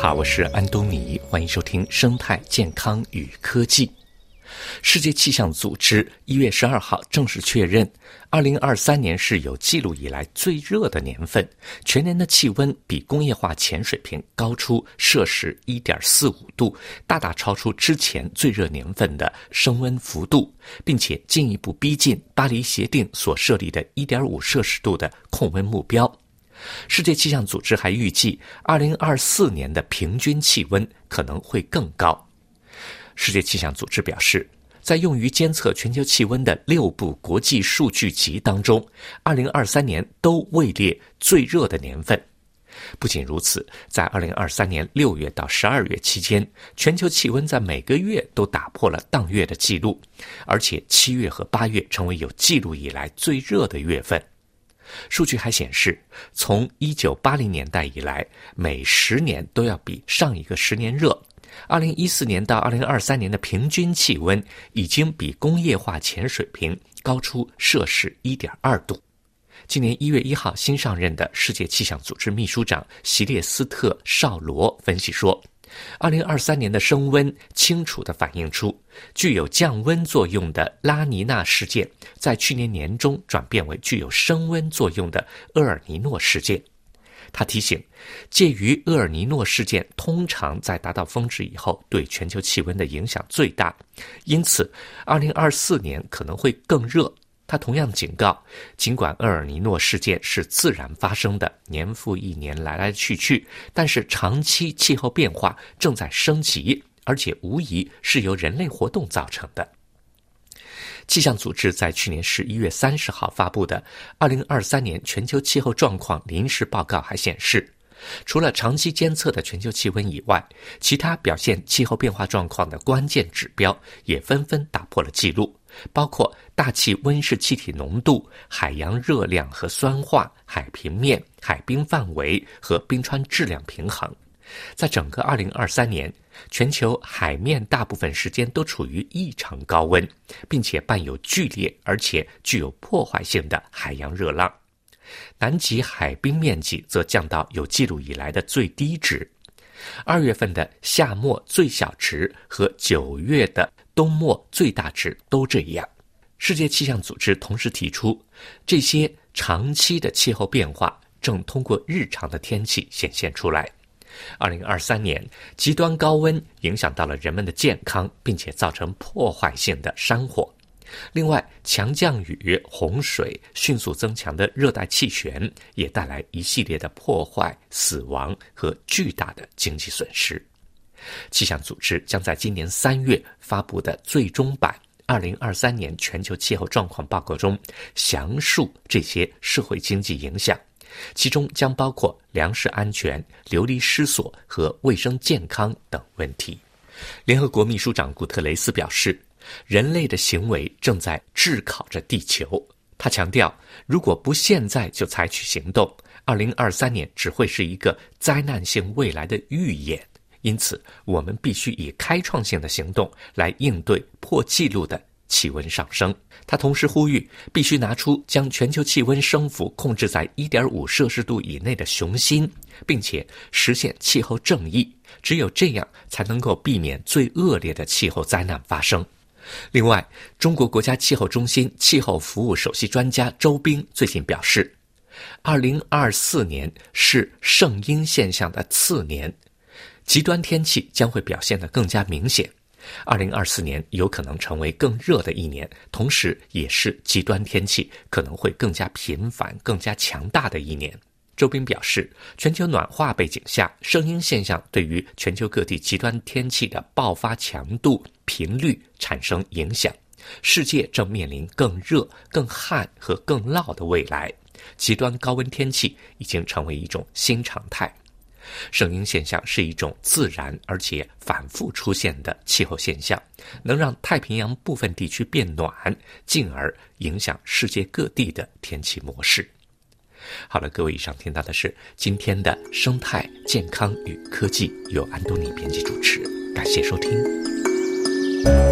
好，我是安东尼，欢迎收听生态健康与科技。世界气象组织1月12号正式确认，2023年是有记录以来最热的年份，全年的气温比工业化前水平高出摄氏 1.45 度，大大超出之前最热年份的升温幅度，并且进一步逼近巴黎协定所设立的 1.5 摄氏度的控温目标。世界气象组织还预计2024年的平均气温可能会更高。世界气象组织表示，在用于监测全球气温的6部国际数据集当中，2023年都位列最热的年份。不仅如此，在2023年6月到12月期间，全球气温在每个月都打破了当月的记录，而且7月和8月成为有记录以来最热的月份。数据还显示，从1980年代以来，每10年都要比上一个10年热。2014年到2023年的平均气温已经比工业化前水平高出摄氏 1.2 度。今年1月1号新上任的世界气象组织秘书长席列斯特·绍罗分析说，2023年的升温清楚地反映出具有降温作用的拉尼娜事件在去年年中转变为具有升温作用的厄尔尼诺事件。他提醒，介于厄尔尼诺事件通常在达到峰值以后对全球气温的影响最大，因此2024年可能会更热。他同样警告，尽管厄尔尼诺事件是自然发生的，年复一年来来去去，但是长期气候变化正在升级，而且无疑是由人类活动造成的。气象组织在去年11月30号发布的2023年全球气候状况临时报告还显示，除了长期监测的全球气温以外，其他表现气候变化状况的关键指标也纷纷打破了记录，包括大气温室气体浓度、海洋热量和酸化、海平面、海冰范围和冰川质量平衡。在整个2023年，全球海面大部分时间都处于异常高温，并且伴有剧烈而且具有破坏性的海洋热浪。南极海冰面积则降到有记录以来的最低值。2月份的夏末最小值和9月的冬末最大值都这样。世界气象组织同时提出，这些长期的气候变化正通过日常的天气显现出来。2023年，极端高温影响到了人们的健康，并且造成破坏性的山火。另外，强降雨、洪水、迅速增强的热带气旋也带来一系列的破坏、死亡和巨大的经济损失。气象组织将在今年3月发布的最终版2023年全球气候状况报告中详述这些社会经济影响，其中将包括粮食安全、流离失所和卫生健康等问题。联合国秘书长古特雷斯表示，人类的行为正在炙烤着地球。他强调，如果不现在就采取行动，2023年只会是一个灾难性未来的预演。因此，我们必须以开创性的行动来应对破纪录的气温上升。他同时呼吁，必须拿出将全球气温升幅控制在 1.5 摄氏度以内的雄心，并且实现气候正义。只有这样才能够避免最恶劣的气候灾难发生。另外，中国国家气候中心气候服务首席专家周斌最近表示，2024年是圣婴现象的次年，极端天气将会表现得更加明显。2024年有可能成为更热的一年，同时也是极端天气可能会更加频繁、更加强大的一年。周斌表示，全球暖化背景下，圣婴现象对于全球各地极端天气的爆发强度、频率产生影响。世界正面临更热、更旱和更涝的未来，极端高温天气已经成为一种新常态。圣婴现象是一种自然而且反复出现的气候现象，能让太平洋部分地区变暖，进而影响世界各地的天气模式。好了，各位，以上听到的是今天的生态健康与科技，由安东尼编辑主持，感谢收听。